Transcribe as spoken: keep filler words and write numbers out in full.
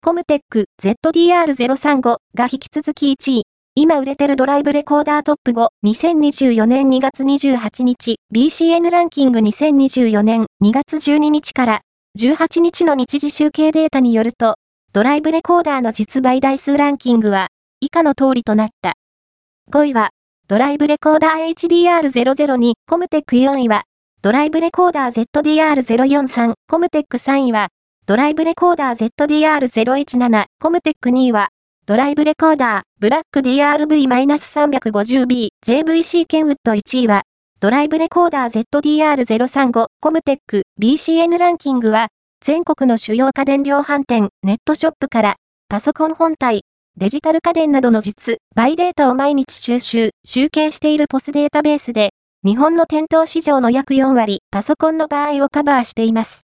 コムテック ゼットディーアールゼロさんご が引き続きいちい。今売れてるドライブレコーダートップご、にせんにじゅうよねんにがつにじゅうはちにち、ビーシーエヌ ランキングにせんにじゅうよねんにがつじゅうににちからじゅうはちにちの日時集計データによると、ドライブレコーダーの実売台数ランキングは以下の通りとなった。ごいは、ドライブレコーダー エイチディーアールゼロゼロに、コムテックよんいは、ドライブレコーダー ゼットディーアールゼロよんさん、コムテックさんいは、ドライブレコーダー ゼットディーアールゼロいちなな、コムテックにいは、ドライブレコーダー、ブラック ディーアールブイさんごゼロビー、ジェイブイシー ケンウッドいちいは、ドライブレコーダー ゼットディーアールゼロさんご、コムテック、ビーシーエヌ ランキングは、全国の主要家電量販店、ネットショップから、パソコン本体、デジタル家電などの実、売データを毎日収集、集計しているポスデータベースで、日本の店頭市場の約よんわり、パソコンの場合をカバーしています。